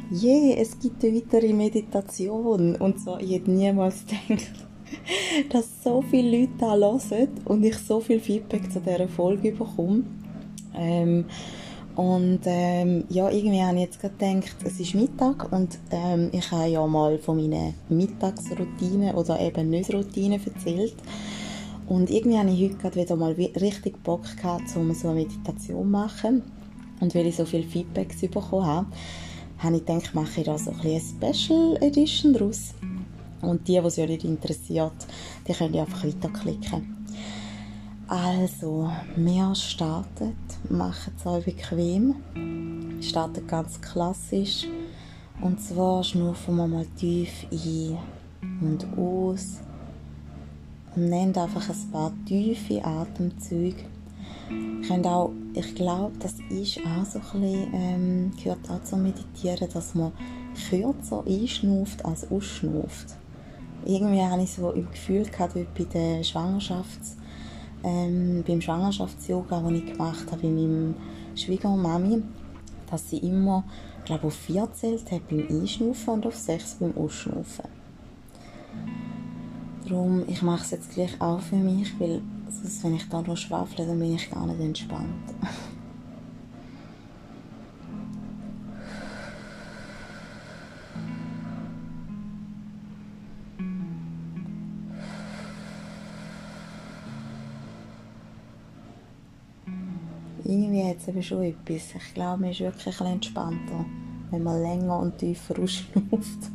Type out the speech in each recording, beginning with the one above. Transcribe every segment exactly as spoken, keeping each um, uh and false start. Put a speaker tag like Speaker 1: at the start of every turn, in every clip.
Speaker 1: je, es gibt eine weitere Meditation. Und so, ich hätte niemals gedacht, dass so viele Leute da hören und ich so viel Feedback zu dieser Folge bekomme. Ähm, und ähm, ja, irgendwie habe ich jetzt gerade gedacht, es ist Mittag und ähm, ich habe ja mal von meinen Mittagsroutinen oder eben nicht Routinen erzählt. Und irgendwie habe ich heute gerade wieder mal richtig Bock gehabt, um so eine Meditation zu machen. Und weil ich so viele Feedbacks bekommen habe, habe ich gedacht, mache ich da so ein bisschen eine Special Edition daraus. Und die, die es ja nicht interessiert, die können einfach weiterklicken. Also, wir starten, machen es euch bequem. Wir starten ganz klassisch. Und zwar schnaufen wir mal tief ein und aus. Und nehmt einfach ein paar tiefe Atemzüge. Könnt auch, ich glaube, das ist auch so ein bisschen, ähm, gehört auch zum Meditieren, dass man kürzer einschnauft als ausschnauft. Irgendwie habe ich so im Gefühl gehabt, bei der Schwangerschafts- Ähm, beim Schwangerschafts-Yoga, das ich gemacht habe bei meiner Schwiegermami, dass sie immer, ich glaube, auf vier zählt hat beim Einschnaufen und auf sechs beim Ausschnaufen. Darum, ich mache es jetzt gleich auch für mich, weil sonst, wenn ich da nur schwafle, dann bin ich gar nicht entspannt. Irgendwie hat es eben schon etwas. Ich glaube, man ist wirklich ein bisschen entspannter, wenn man länger und tiefer ausschnauft.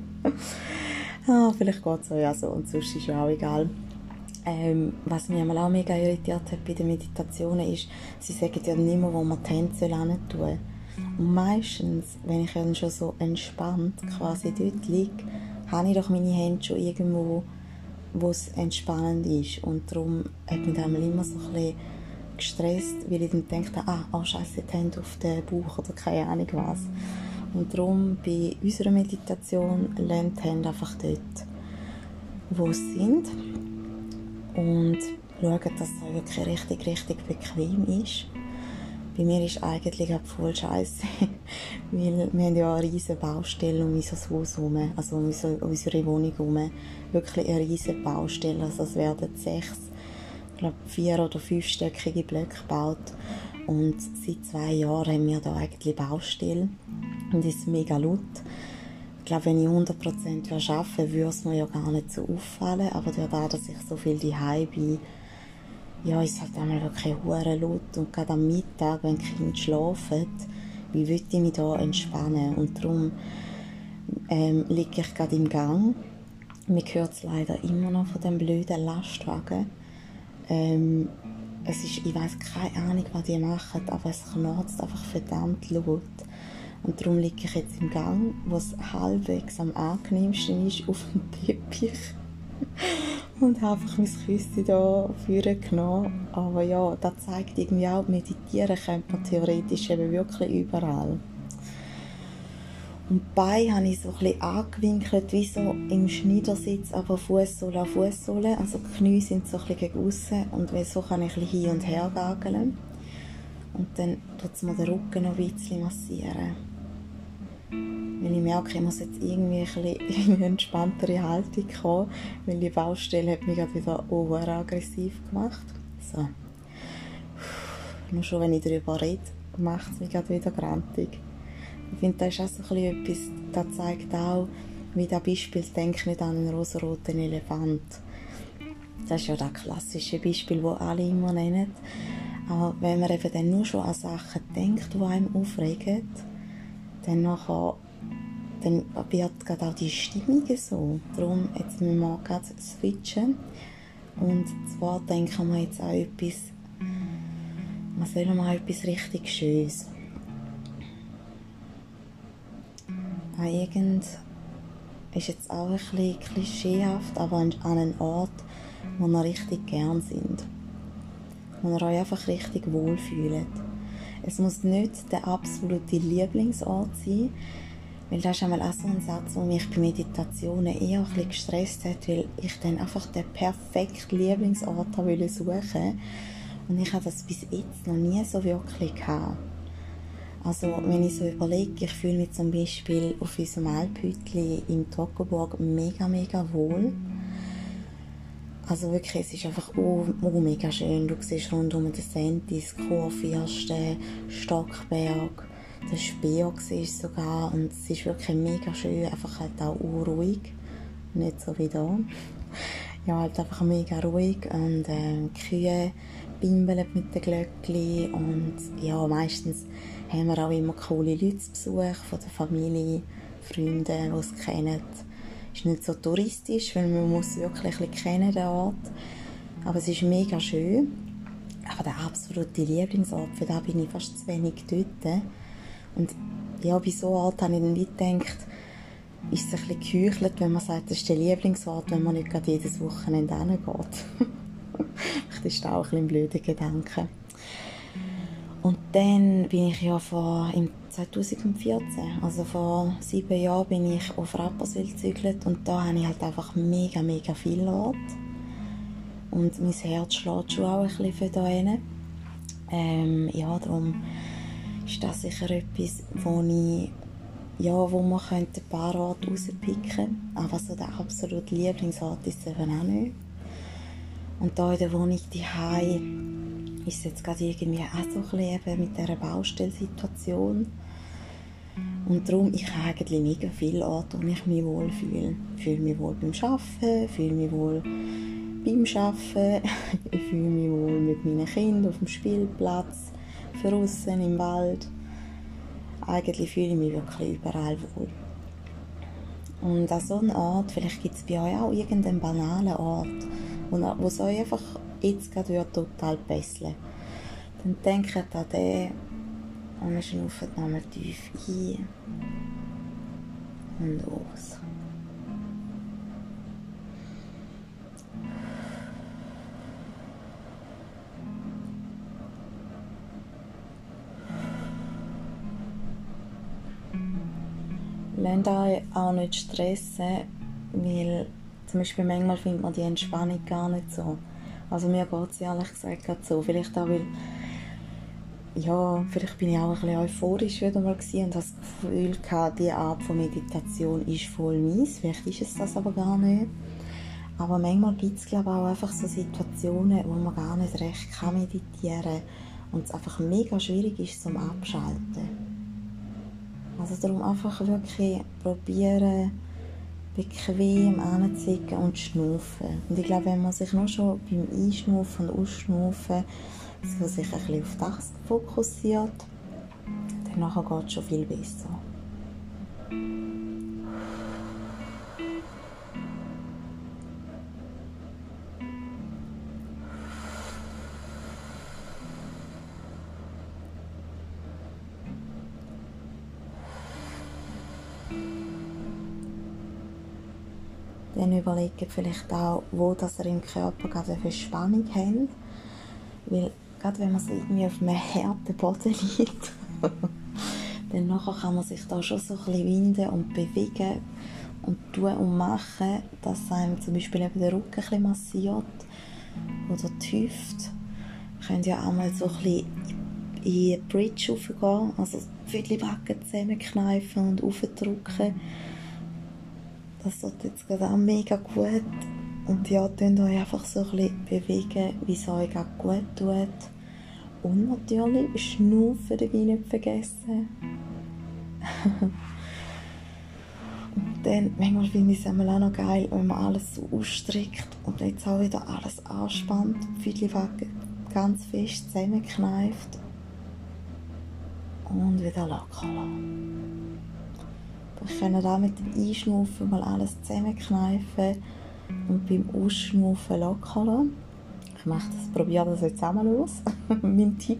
Speaker 1: ah, vielleicht geht es euch ja so und sonst ist ja auch egal. Ähm, was mich auch mega irritiert hat bei den Meditationen ist, sie sagen ja nicht mehr, wo man die Hände hin tun. Und meistens, wenn ich dann schon so entspannt quasi dort liege, habe ich doch meine Hände schon irgendwo, wo es entspannend ist. Und darum hat mich dann immer so ein bisschen gestresst, weil ich dann denke, ah, oh Scheiße, die Hände auf den Bauch oder keine Ahnung was. Und darum bei unserer Meditation lernt die Hände einfach dort, wo sie sind. Und schauen, dass es wirklich richtig, richtig bequem ist. Bei mir ist eigentlich voll scheiße, weil wir haben ja eine riesige Baustelle um unser Haus herum, also um unsere Wohnung herum. Wirklich eine riesige Baustelle, also es werden sechs, ich glaube vier- oder fünfstöckige Blöcke gebaut. Und seit zwei Jahren haben wir da eigentlich Baustelle und es ist mega laut. Ich glaube, wenn ich hundert Prozent arbeiten würde, würde es mir ja gar nicht so auffallen. Aber dadurch, dass ich so viel daheim bin, ja, ist es halt einmal wirklich hure laut. Und gerade am Mittag, wenn die Kinder schlafen, wie will ich mich da entspannen? Und darum ähm, liege ich gerade im Gang. Man hört es leider immer noch von dem blöden Lastwagen. Ähm, es ist, ich weiss keine Ahnung, was die machen, aber es knarzt einfach verdammt laut. Und darum liege ich jetzt im Gang, wo es halbwegs am angenehmsten ist, auf dem Teppich. Und habe einfach mein Küsschen hier vorgenommen. Aber ja, das zeigt irgendwie auch, meditieren könnte man theoretisch eben wirklich überall. Und die Beine habe ich so ein bisschen angewinkelt, wie so im Schneidersitz, aber Fußsohle an Fußsohle. Also die Knie sind so ein bisschen gegen aussen und so kann ich ein bisschen hin und her gageln. Und dann tut es mir den Rücken noch ein bisschen massieren. Weil ich merke, ich muss jetzt irgendwie ein bisschen in eine entspanntere Haltung kommen, weil die Baustelle hat mich gerade wieder overaggressiv gemacht. So. Nur schon, wenn ich darüber rede, macht es mich gerade wieder grantig. Ich finde, das ist auch so ein bisschen etwas, das zeigt auch, wie das Beispiel «Denk nicht an einen rosaroten Elefant». Das ist ja das klassische Beispiel, das alle immer nennen. Aber wenn man eben dann nur schon an Sachen denkt, die einem aufregen, dann nachher dann wird gerade auch die Stimmung so. Darum jetzt müssen wir gerade switchen. Und zwar denken wir jetzt auch etwas, wir sollen mal etwas richtig Schönes. An irgend ist jetzt auch ein bisschen klischeehaft, aber an einem Ort, wo wir richtig gern sind. Wo ihr euch einfach richtig wohlfühlt. Es muss nicht der absolute Lieblingsort sein, weil das ist einmal auch so ein Satz, der mich bei Meditationen eher ein bisschen gestresst hat, weil ich dann einfach den perfekten Lieblingsort suchen wollte. Und ich habe das bis jetzt noch nie so wirklich gehabt. Also wenn ich so überlege, ich fühle mich zum Beispiel auf unserem Alphütli im Toggenburg mega, mega wohl. Also wirklich, es ist einfach oh, oh, mega schön. Du siehst rundum den Sentis, Kurfürst, den Stockberg, den Speer siehst du sogar. Und es ist wirklich mega schön, einfach halt auch ruhig. Nicht so wie da. Ja, halt einfach mega ruhig. Und äh, die Kühe bimbeln mit den Glöckchen. Und ja, meistens haben wir auch immer coole Leute zu Besuch, von der Familie, Freunde, die es kennen. Es ist nicht so touristisch, weil man muss wirklich ein bisschen kennen, den Ort. Aber es ist mega schön. Aber der absolute Lieblingsort, für den bin ich fast zu wenig dort. Und ja, bei so Ort habe ich dann wie gedacht, ist es ein bisschen geheuchelt, wenn man sagt, das ist der Lieblingsort, wenn man nicht gerade jedes Wochenende hingeht. Das ist auch ein bisschen ein blöder Gedanke. Und dann bin ich ja vor, im zwanzig vierzehn, also vor sieben Jahren, bin ich auf Rapperswil gezügelt und da habe ich halt einfach mega, mega viele Orte. Und mein Herz schlägt schon auch ein bisschen für da hin. Ähm, ja, darum ist das sicher etwas, wo ich, ja, wo man ein paar Orte rauspicken, aber so der absolute Lieblingsort ist es eben auch nicht. Und da in der Wohnung daheim ist es jetzt gerade irgendwie auch so ein bisschen mit dieser Baustellsituation. Und darum, ich habe eigentlich mega viele Orte, wo ich mich wohl fühle. Ich fühle mich wohl beim Arbeiten, fühle mich wohl beim Arbeiten, ich fühle mich wohl mit meinen Kindern auf dem Spielplatz, draussen im Wald. Eigentlich fühle ich mich wirklich überall wohl. Und an so einem Ort, vielleicht gibt es bei euch auch irgendeinen banalen Ort, wo es euch einfach jetzt gerade total besseln. Dann denkt an den und schnauft nochmal tief ein und aus. Lasst euch auch nicht stressen, weil zum Beispiel manchmal findet man die Entspannung gar nicht so. Also mir geht es ehrlich gesagt gerade so. Vielleicht auch, weil, ja, vielleicht bin ich auch ein bisschen euphorisch wieder mal gewesen und habe das Gefühl gehabt, diese Art von Meditation ist voll mies. Vielleicht ist es das aber gar nicht. Aber manchmal gibt es, glaube ich, auch einfach so Situationen, wo man gar nicht recht kann meditieren kann und es einfach mega schwierig ist zum Abschalten. Also darum einfach wirklich probieren, bequem hinzusitzen und zu schnaufen. Und ich glaube, wenn man sich nur schon beim Einschnaufen und Ausschnaufen so sich ein bisschen auf das fokussiert, dann nachher geht es schon viel besser. Dann überlegt vielleicht auch, wo das ihr im Körper gerade eine Spannung habt. Weil gerade wenn man so irgendwie auf einem harten Boden liegt, dann nachher kann man sich da schon so ein bisschen winden und bewegen und tun und machen, dass einem zum Beispiel eben der Rücken ein bisschen massiert oder die Hüfte. Wir können ja auch mal so ein bisschen in die Bridge raufgehen, also die Backen zusammenkneifen und aufdrücken. Das tut jetzt gerade auch mega gut. Und ja, könnt euch einfach so ein bisschen bewegen, wie es euch gerade gut tut. Und natürlich schnaufen dabei nicht vergessen. Und dann, manchmal finde ich es auch noch geil, wenn man alles so ausstreckt und jetzt auch wieder alles anspannt, die Füdliwagen ganz fest zusammenkneift und wieder locker lassen. Ich kann auch mit dem Einschnaufen mal alles zusammenkneifen und beim Ausschnaufen locker lassen. Ich mache das, probiere das jetzt auch mal aus. Mein Tipp.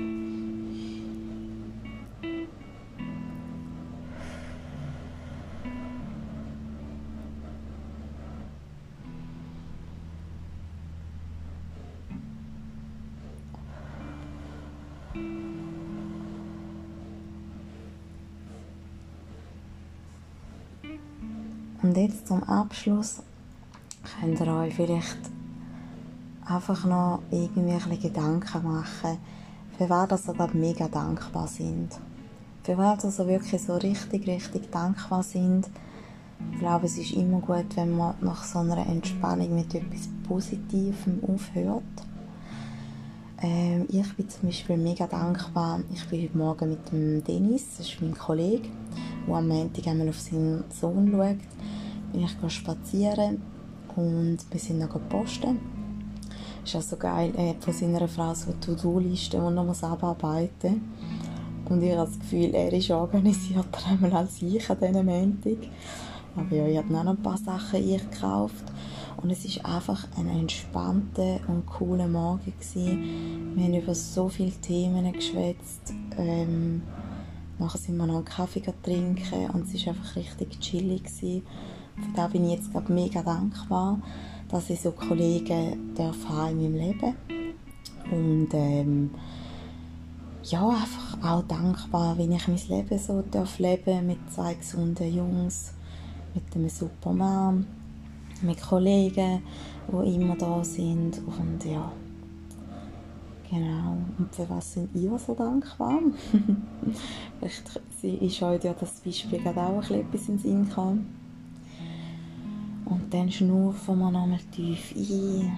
Speaker 1: Und jetzt zum Abschluss könnt ihr euch vielleicht einfach noch irgendwie ein bisschen Gedanken machen, für was ihr aber mega dankbar sind. für was also wirklich so richtig, richtig dankbar sind. Ich glaube, es ist immer gut, wenn man nach so einer Entspannung mit etwas Positivem aufhört. Ähm, ich bin zum Beispiel mega dankbar. Ich bin heute Morgen mit dem Dennis, das ist mein Kollege, der am Montag einmal auf seinen Sohn schaut, bin ich spazieren und wir sind noch posten. Es ist auch so geil, er hat von seiner Frau so eine To-Do-Liste, die er noch abarbeiten muss. Und ich habe das Gefühl, er ist organisierter einmal als ich an diesem Montag. Aber ja, ich habe auch noch ein paar Sachen eingekauft. Und es war einfach ein entspannter und cooler Morgen gewesen. Wir haben über so viele Themen geschwätzt. Ähm, nachher sind wir noch einen Kaffee trinken und es war einfach richtig chillig gewesen. Für das bin ich jetzt gerade mega dankbar, dass ich so Kollegen darf haben in meinem Leben. Und ähm, ja, einfach auch dankbar, wie ich mein Leben so darf leben mit zwei gesunden Jungs, mit einem super Mann, mit Kollegen, die immer da sind. Und ja, genau. Und für was sind ihr so dankbar? Vielleicht ist euch ja das Beispiel gerade auch ein bisschen etwas in den Sinn gekommen. Und dann schnaufen wir nochmal tief ein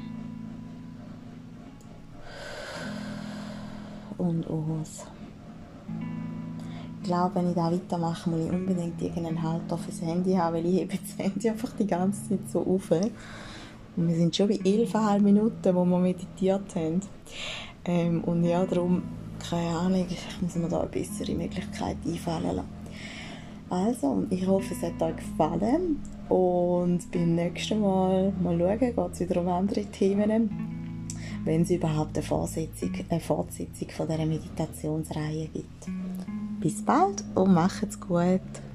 Speaker 1: und aus. Ich glaube, wenn ich da weitermache, muss ich unbedingt irgendeinen Halter fürs Handy haben, weil ich hebe das Handy einfach die ganze Zeit so auf. Und wir sind schon bei elf Komma fünf Minuten, wo wir meditiert haben. Ähm, und ja, darum, keine Ahnung, ich muss mir da eine bessere Möglichkeit einfallen lassen. Also, ich hoffe, es hat euch gefallen. Und beim nächsten Mal, mal schauen, geht es wieder um andere Themen, wenn es überhaupt eine Fortsetzung, eine Fortsetzung von dieser Meditationsreihe gibt. Bis bald und macht's gut!